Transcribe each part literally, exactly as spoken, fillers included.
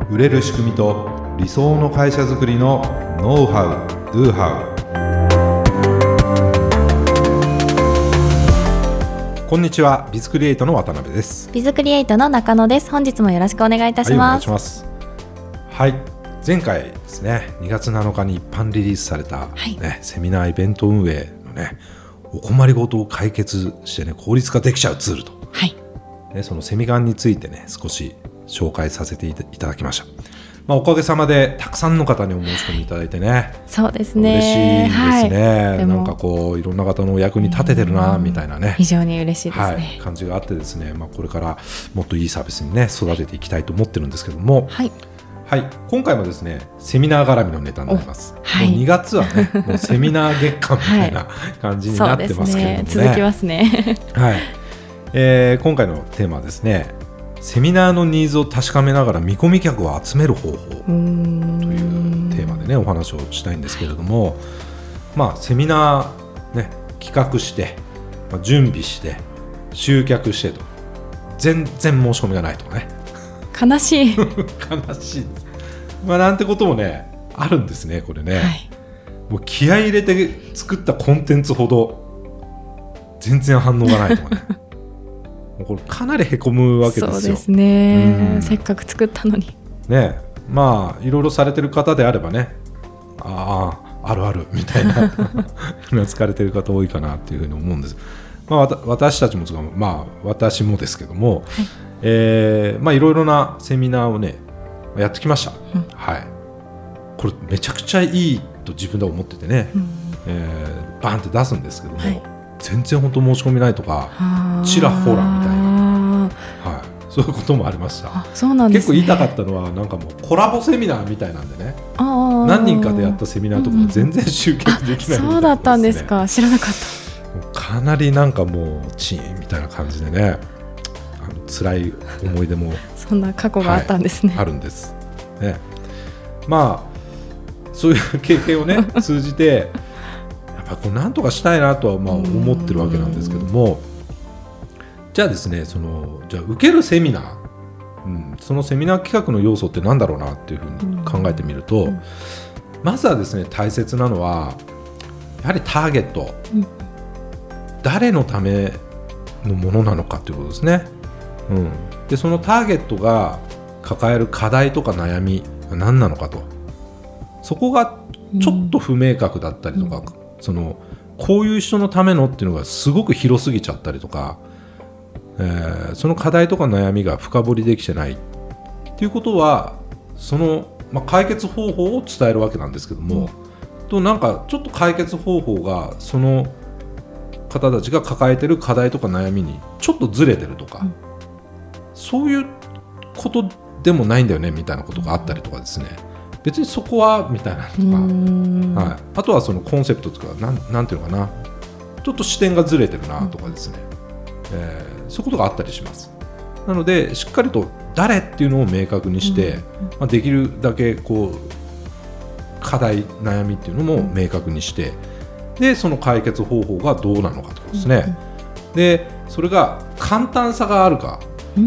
売れる仕組みと理想の会社づくりのノウハウ・ドゥハウ。こんにちは、ビズクリエイトの渡辺です。 ビズクリエイトの中野です。本日もよろしくお願いいたします。 はい、お願いします。はい、前回ですね、にがつなのかに一般リリースされた、ね、はい、セミナーイベント運営のね、お困りごとを解決してね、効率化できちゃうツールと、はい、ね、そのセミガンについてね、少し紹介させていただきました。まあ、おかげさまでたくさんの方にお申し込みいただいてね、 そうですね、 嬉しいですね、はい、なんかこういろんな方のお役に立ててるなみたいなね、 非常に嬉しいですね、はい、 感じがあってですね、まあ、これからもっといいサービスにね育てていきたいと思ってるんですけども、はいはい、今回もですねセミナー絡みのネタになります。はい、もうにがつはねもうセミナー月間みたいな感じになってますけれどもね、はい、 そうですね、続きますねはい、えー、今回のテーマはですね、セミナーのニーズを確かめながら見込み客を集める方法というテーマでねお話をしたいんですけれども、まあ、セミナー、ね、企画して、まあ、準備して集客してと全然申し込みがないとかね、 悲しい悲しい、まあ、なんてこともねあるんですね。これね、はい、もう気合い入れて作ったコンテンツほど全然反応がないとかねもうこれかなりへこむわけですよ。 そうですね、うん、せっかく作ったのにね。まあいろいろされてる方であればね、あああるあるみたいなうなつかれてる方多いかなっていうふうに思うんです。まあ、私たちも、まあ、私もですけども、はい、えーまあ、いろいろなセミナーをねやってきました、うん、はい、これめちゃくちゃいいと自分では思っててね、うん、えー、バーンって出すんですけども、はい、全然本当申し込みないとかちらほらみたいな、はい、そういうこともありました。 あ、そうなんですね。 結構言いたかったのはなんかもうコラボセミナーみたいなんでね、あ、何人かでやったセミナーとか全然集客できないみたいなですね、うん、 そうだったんですか、知らなかった。 かなりなんかもうチーンみたいな感じでね、あの辛い思い出もそんな過去があったんですね、 はい、あるんです、ね、まあそういう経験をね通じてやっぱこうなんとかしたいなとはまあ思ってるわけなんですけども、じゃあですね、そのじゃあ受けるセミナー、うん、そのセミナー企画の要素ってなんだろうなっていうふうに考えてみると、まずはですね大切なのはやはりターゲット、うん、誰のためのものなのかということですね、うん、でそのターゲットが抱える課題とか悩みは何なのかと、そこがちょっと不明確だったりとか、うん、そのこういう人のためのっていうのがすごく広すぎちゃったりとか、えー、その課題とか悩みが深掘りできてないっていうことはその、まあ、解決方法を伝えるわけなんですけども、うん、となんかちょっと解決方法がその方たちが抱えてる課題とか悩みにちょっとずれてるとか、うん、そういうことでもないんだよねみたいなことがあったりとかですね、別にそこはみたいなとか、はい、あとはそのコンセプトとかなん、なんていうのかな、ちょっと視点がずれてるなとかですね、うん、えー、そういうことがあったりします。なのでしっかりと誰っていうのを明確にして、うん、まあ、できるだけこう課題悩みっていうのも明確にして、でその解決方法がどうなのかとかですね、うんうん、でそれが簡単さがあるか、うん、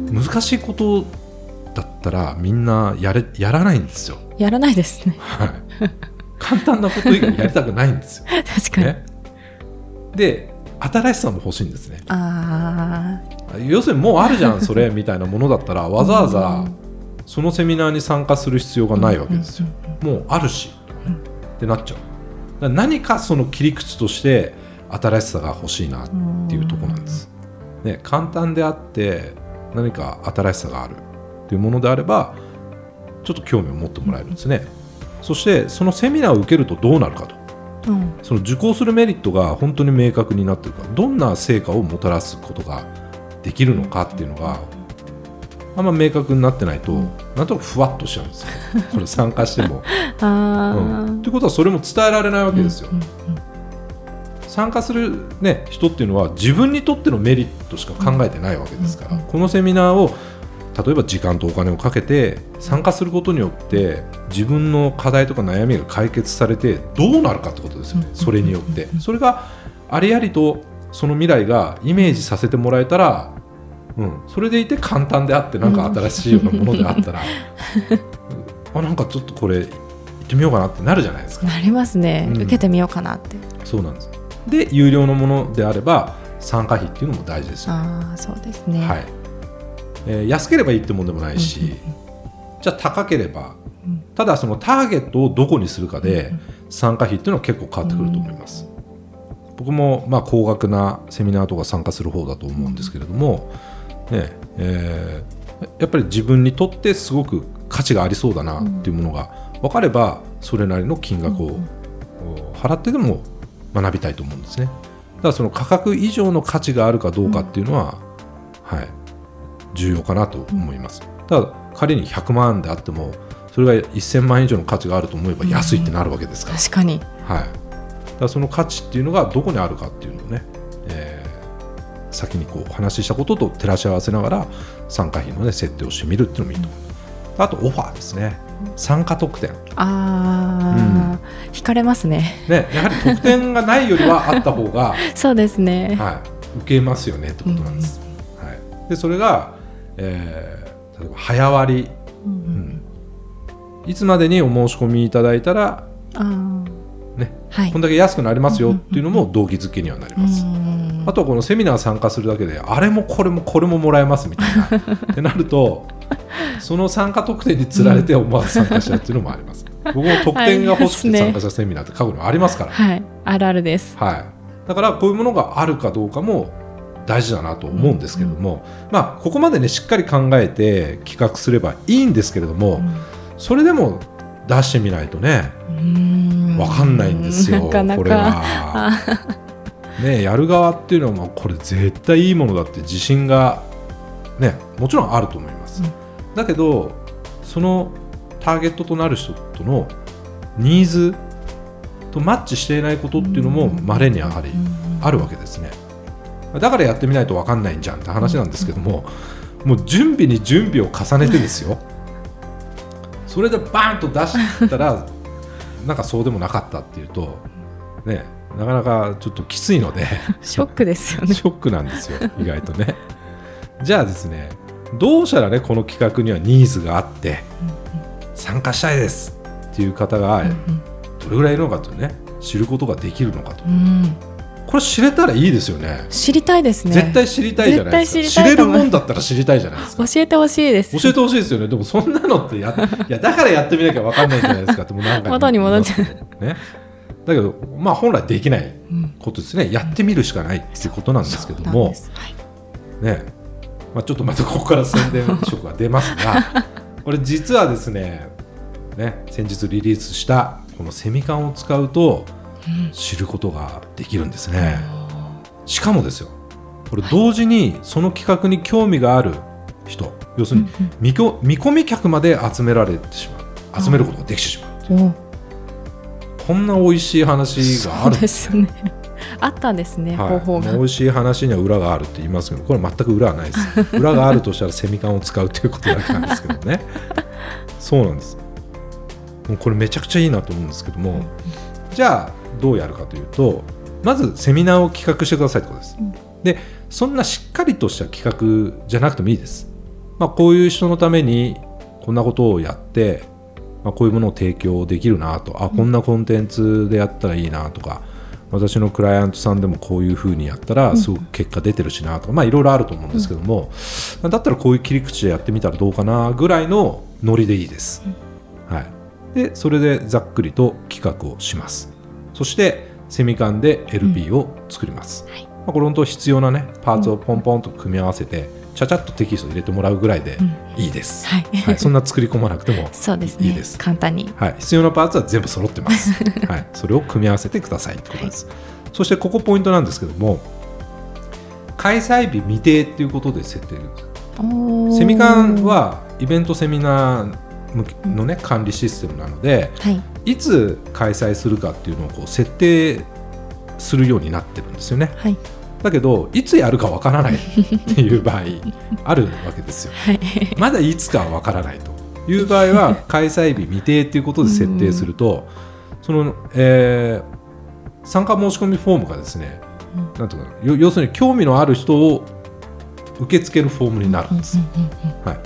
難しいことだったらみんなやれ、やらないんですよ。 やらないですね、 はい、簡単なこと以外やりたくないんですよ確かに、ね、 で新しさも欲しいんですね。 あ、 要するにもうあるじゃんそれみたいなものだったらわざわざそのセミナーに参加する必要がないわけですよ、うんうんうん、もうあるし、うん、ってなっちゃう。何かその切り口として新しさが欲しいなっていうところなんです、ね、簡単であって何か新しさがあるっていうものであればちょっと興味を持ってもらえるんですね、うん、そしてそのセミナーを受けるとどうなるかと、うん、その受講するメリットが本当に明確になっているか、どんな成果をもたらすことができるのかっていうのがあんま明確になってないと、うん、なんとなくふわっとしちゃうんですよそれ参加してもあ、うん、ということはそれも伝えられないわけですよ、うんうんうん、参加する、ね、人っていうのは自分にとってのメリットしか考えてないわけですから、うんうんうん、このセミナーを例えば時間とお金をかけて参加することによって自分の課題とか悩みが解決されてどうなるかってことですよね。それによってそれがありありとその未来がイメージさせてもらえたらうん、それでいて簡単であってなんか新しいようなものであったら、うん、あなんかちょっとこれ行ってみようかなってなるじゃないですか。 なりますね、 うん、 受けてみようかなって。 そうなんです。で有料のものであれば参加費っていうのも大事ですよね。 ああそうですね、 はい、えー、安ければいいってもんでもないし、うんうんうん、じゃあ高ければ、うん、ただそのターゲットをどこにするかで参加費っていうのは結構変わってくると思います、うん、僕もまあ高額なセミナーとか参加する方だと思うんですけれども、ねえー、やっぱり自分にとってすごく価値がありそうだなっていうものが分かればそれなりの金額を払ってでも学びたいと思うんですね。だからその価格以上の価値があるかどうかっていうのは、はい、重要かなと思います。ただ仮にひゃくまんであってもそれがせんまん以上の価値があると思えば安いってなるわけですから、 確かに、 はい、だからその価値っていうのがどこにあるかっていうのをね、えー、先にこうお話ししたことと照らし合わせながら参加費の、ね、設定をしてみるっていうのもいいと思います。あとオファーですね。参加特典、 あ、うん、惹かれますね。 ね、やはり特典がないよりはあった方がそうですね、 はい、受けますよねってことなんです、うんはい、でそれが、えー、例えば早割、うんうん、いつまでにお申し込みいただいたら、あ、ねはい、こんだけ安くなりますよっていうのも動機づけにはなります、うん、あとはこのセミナー参加するだけであれもこれもこれももらえますみたいなってなるとその参加特典につられて思わず参加しちゃうっていうのもあります、うん、僕も特典が欲しくて参加したセミナーって過去にありますから、 はい、あるあるです、 はい、だからこういうものがあるかどうかも大事だなと思うんですけれども、うんまあ、ここまでねしっかり考えて企画すればいいんですけれども、うん、それでも出してみないとね分かんないんですよ。なかなかこれはね、やる側っていうのはもうこれ絶対いいものだって自信が、ね、もちろんあると思います、うん、だけどそのターゲットとなる人とのニーズとマッチしていないことっていうのも稀にやはりあるわけですね。だからやってみないと分かんないんじゃんって話なんですけども、もう準備に準備を重ねてですよそれでバーンと出したらなんかそうでもなかったっていうとね、なかなかちょっときついのでショックですよね。 ショックなんですよ意外とね。じゃあですね、どうしたらねこの企画にはニーズがあって参加したいですっていう方がどれぐらいいるのかとね知ることができるのかと、うん、これ知れたらいいですよね。 知りたいですね。 絶対知りたいじゃないですか。知れるもんだったら知りたいじゃないですか。 教えてほしいです。 教えてほしいですよね。でもそんなのってやいやだからやってみなきゃ分かんないじゃないですかってもう何回も元に戻っちゃう、 ね、だけどまあ本来できないことですね、うん、やってみるしかないっていうことなんですけども、はいねまあ、ちょっとまたここから宣伝色が出ますがこれ実はですね、ね先日リリースしたこのセミカンを使うと知ることができるんですね、うん、しかもですよこれ同時にその企画に興味がある人、要するに 見, 見込み客まで集められてしまう集めることができてしまう、うん、こんな美味しい話があるんですね。 あったんですね、 はい、 方法が。 美味しい話には裏があるって言いますけどこれは全く裏はないです裏があるとしたらセミカンを使うということだけなんですけどねそうなんです。もうこれめちゃくちゃいいなと思うんですけども、うん、じゃあどうやるかというとまずセミナーを企画してくださいということです、うん、でそんなしっかりとした企画じゃなくてもいいです、まあ、こういう人のためにこんなことをやって、まあ、こういうものを提供できるなと、あこんなコンテンツでやったらいいなとか、私のクライアントさんでもこういう風にやったらすごく結果出てるしなとか、まあいろいろあると思うんですけども、うん、だったらこういう切り口でやってみたらどうかなぐらいのノリでいいです、うんはい、でそれでざっくりと企画をします。そしてセミカンで エルピー を作ります、うんはいまあ、これ本当必要なねパーツをポンポンと組み合わせてちゃちゃっとテキスト入れてもらうぐらいでいいです、うんはいはい、そんな作り込まなくてもいいです。 そうですね、簡単に、 はい、必要なパーツは全部揃ってます、はい、それを組み合わせてくださいってことです、はい、そしてここポイントなんですけども開催日未定っていうことで設定ですセミカンはイベントセミナーの、ね、管理システムなので、はい、いつ開催するかっていうのをこう設定するようになってるんですよね、はい、だけどいつやるかわからないっていう場合あるわけですよ、はい、まだいつかはわからないという場合は開催日未定っていうことで設定するとその、えー、参加申し込みフォームがですね、なんていうか要するに興味のある人を受け付けるフォームになるんです、 うんうんうんうんはい、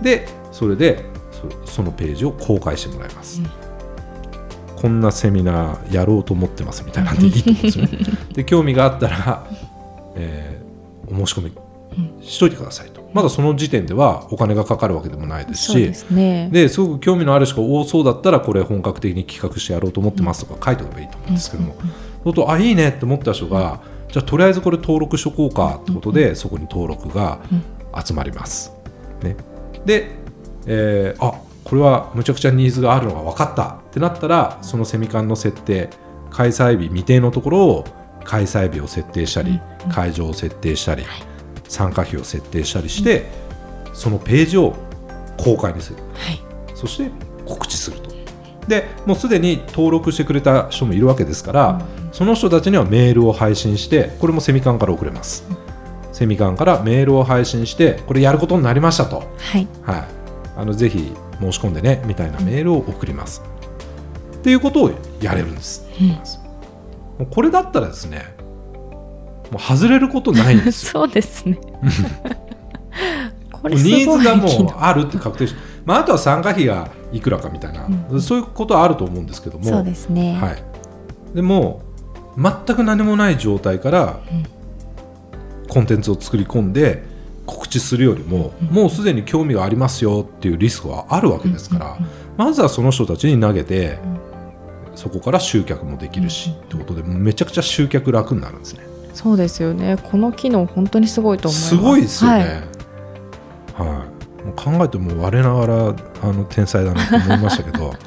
でそれで そ, そのページを公開してもらいます、うん、こんなセミナーやろうと思ってますみたいなんでいいと思うんですよねで興味があったら、えー、お申し込みしといてくださいと、うん、まだその時点ではお金がかかるわけでもないですし、そうですね、ですごく興味のある人が多そうだったらこれ本格的に企画してやろうと思ってますとか書いておけばいいと思うんですけども、うんうんうん、そうとあいいねって思った人がじゃあとりあえずこれ登録しとこうかってことで、うんうん、そこに登録が集まります、ね、で、えー、あこれはむちゃくちゃニーズがあるのが分かったってなったらそのセミカンの設定開催日未定のところを開催日を設定したり、うんうん、会場を設定したり、はい、参加費を設定したりして、うん、そのページを公開にする、はい、そして告知するとでもうすでに登録してくれた人もいるわけですから、うん、その人たちにはメールを配信してこれもセミカンから送れます、うん、セミカンからメールを配信してこれやることになりましたと、はいはい、あのぜひ申し込んでねみたいなメールを送ります、うん、っていうことをやれるんです、うん、もうこれだったらですねもう外れることないんですよそうですねこれすごいニーズがもうあるって確定して、まあ、あとは参加費がいくらかみたいな、うん、そういうことはあると思うんですけどもそうですね、 はい、でも全く何もない状態から、うん、コンテンツを作り込んで告知するよりも、うん、もうすでに興味がありますよっていうリスクはあるわけですから、うん、まずはその人たちに投げて、うん、そこから集客もできるし、うん、ってことでめちゃくちゃ集客楽になるんですね。 そうですよね。この機能本当にすごいと思います。 すごいですよね、はいはい、もう考えても我ながらあの天才だなと思いましたけど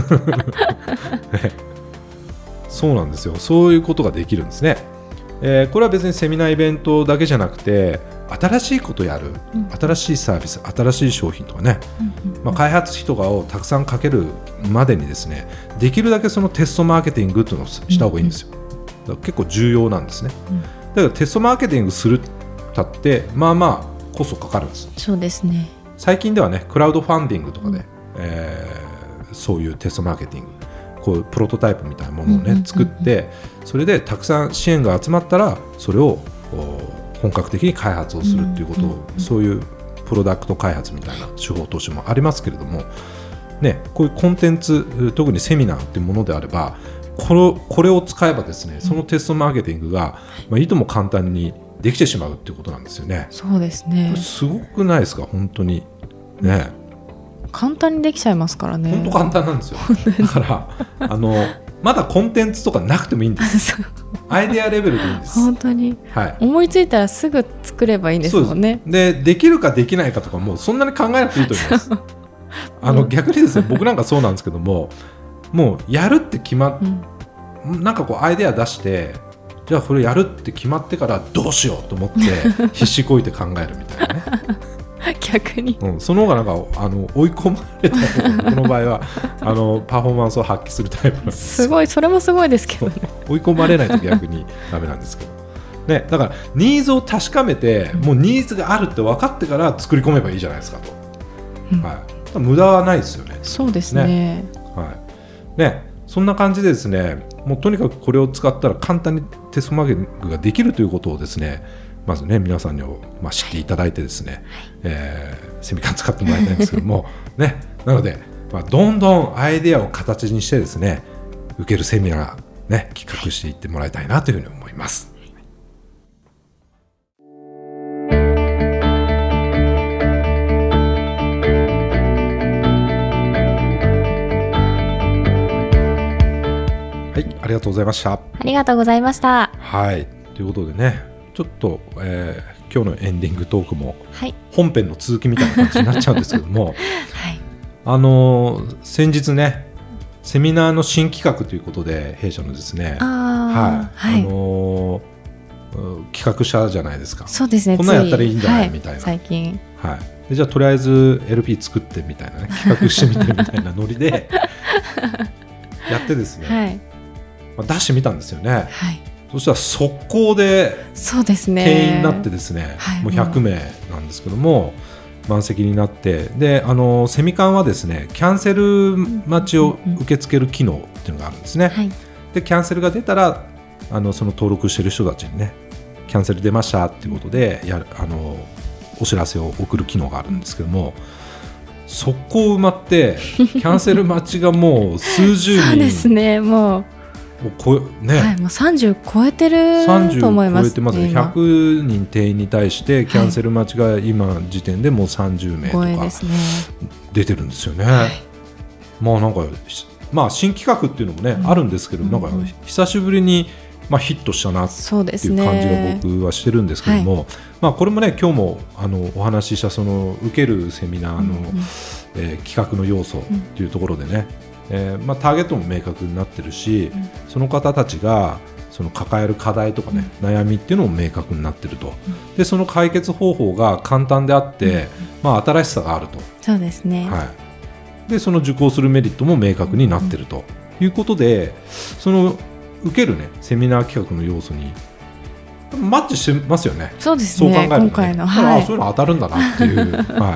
そうなんですよ。そういうことができるんですね、えー、これは別にセミナーイベントだけじゃなくて新しいことやる、うん、新しいサービス新しい商品とかね、うんうんまあ、開発費とかをたくさんかけるまでにですねできるだけそのテストマーケティングっていうのをした方がいいんですよ、うんうん、だから結構重要なんですね、うん、だからテストマーケティングするたってまあまあコストかかるんです。 そうですね。 最近ではねクラウドファンディングとかで、うんえー、そういうテストマーケティングこういうプロトタイプみたいなものをね、うんうんうんうん、作ってそれでたくさん支援が集まったらそれを本格的に開発をするっていうことを、うんうんうん、そういうプロダクト開発みたいな手法としてもありますけれども、ね、こういうコンテンツ特にセミナーっていうものであればこれ、これを使えばですねそのテストマーケティングが、まあ、いとも簡単にできてしまうっていうことなんですよね。 そうですね。 すごくないですか本当にね。 簡単にできちゃいますからね。 本当簡単なんですよだからあのまだコンテンツとかなくてもいいんですアイデアレベルでいいんです。 本当に、はい、思いついたらすぐ作ればいいんですもんね。 で, で, できるかできないかとかもうそんなに考えなくていいと思いますあの逆にですね僕なんかそうなんですけどももうやるって決まっ、うん、なんかこうアイデア出してじゃあこれやるって決まってからどうしようと思って必死こいて考えるみたいなね逆に、 うん、その方がなんかあの追い込まれた方が僕の場合はあのパフォーマンスを発揮するタイプなんですすごいそれもすごいですけどね追い込まれないと逆にダメなんですけど、ね、だからニーズを確かめて、うん、もうニーズがあるって分かってから作り込めばいいじゃないですかと、うんはい、無駄はないですよね。 そうですね、 ね、はいね、そんな感じでですねもうとにかくこれを使ったら簡単にテストマーケティングができるということをですねまずね皆さんに、まあ、知っていただいてですね、はいえー、セミカン使ってもらいたいんですけども、ね、なので、まあ、どんどんアイデアを形にしてですね受けるセミナー、ね、企画していってもらいたいなというふうに思います。はい、ありがとうございました。 ありがとうございました。 はい、ということでね、ちょっと、えー、今日のエンディングトークも本編の続きみたいな感じになっちゃうんですけども、はい、あのー、先日ね、セミナーの新企画ということで弊社のですね、あ、はいはい、あのー、企画者じゃないですか。 そうですね。 こんなんやったらいいんじゃない、はい、みたいな。 最近。 はい。でじゃあとりあえず エルピー 作ってみたいなね、企画してみてみたいなノリでやってですね。はい。まあ、出してみたんですよね、はい、そしたら速攻で定員になってですね、はい、もうひゃくめいなんですけども満席になってであのセミカンはですねキャンセル待ちを受け付ける機能っていうのがあるんですね、はい、でキャンセルが出たらあのその登録してる人たちにねキキャンセル出ましたっていうことでやるあのお知らせを送る機能があるんですけども、速攻埋まってキャンセル待ちがもう数十人そうですね、もうこね、 はい、もうさんじゅう超えてると思います。 さんじゅう超えてますね。ひゃくにん定員に対してキャンセル待ちが今時点でもうさんじゅうめいとか出てるんですよね。はい、まあなんかまあ新企画っていうのもね、うん、あるんですけど、なんか久しぶりにまあヒットしたなっていう感じが僕はしてるんですけども、はい、まあこれもね今日もあのお話ししたその受けるセミナーの、うんうん、えー、企画の要素っていうところでね、えーまあ、ターゲットも明確になってるし、うん、その方たちがその抱える課題とかね、うん、悩みっていうのも明確になってると、うん、でその解決方法が簡単であって、うん、まあ、新しさがあると。 そうですね、 はい、でその受講するメリットも明確になってるということで、その受けるねセミナー企画の要素にマッチしてますよね。 そうですね、 そう考えるとね、 今回の、はい、 あそういうの当たるんだなっていう、はい、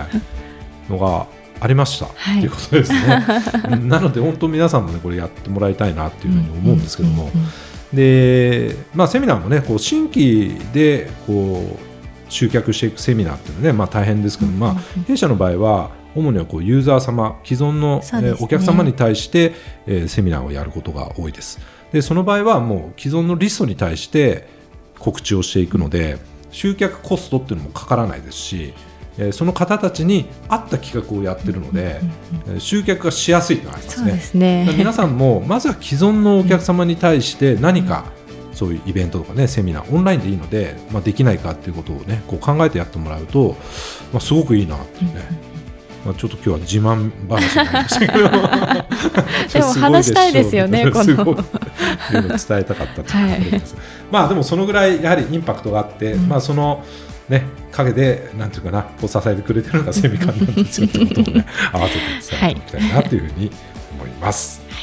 のがありました、はい、ということですねなので本当皆さんもねこれやってもらいたいなっていうふうに思うんですけども、で、まあ、セミナーもねこう新規でこう集客していくセミナーっていうのはね、まあ、大変ですけど、まあ、弊社の場合は主にはこうユーザー様既存の、ね、お客様に対して、えー、セミナーをやることが多いです。でその場合はもう既存のリストに対して告知をしていくので集客コストっていうのもかからないですし、その方たちに合った企画をやってるので、うんうん、集客がしやすいというのがありますね。 そうですね。 皆さんもまずは既存のお客様に対して何かそういうイベントとかねセミナーオンラインでいいので、まあ、できないかっていうことをねこう考えてやってもらうと、まあ、すごくいいなっていうね、まあ、ちょっと今日は自慢話になりましたけどでも話したいですよねこのすごい伝えたかったと思います、はい、まあでもそのぐらいやはりインパクトがあって、うん、まあそのね、陰でなんていうかなこう支えてくれてるのがセミカンなんですよということをね合わせて伝えておきたいなというふうに思います、はい、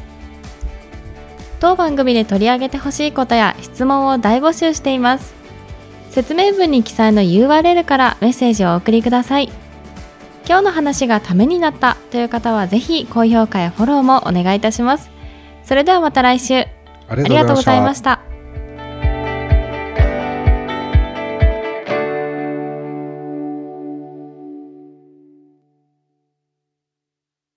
当番組で取り上げてほしいことや質問を大募集しています。説明文に記載の ユーアールエル からメッセージをお送りください。今日の話がためになったという方はぜひ高評価やフォローもお願いいたします。それではまた来週。ありがとうございました。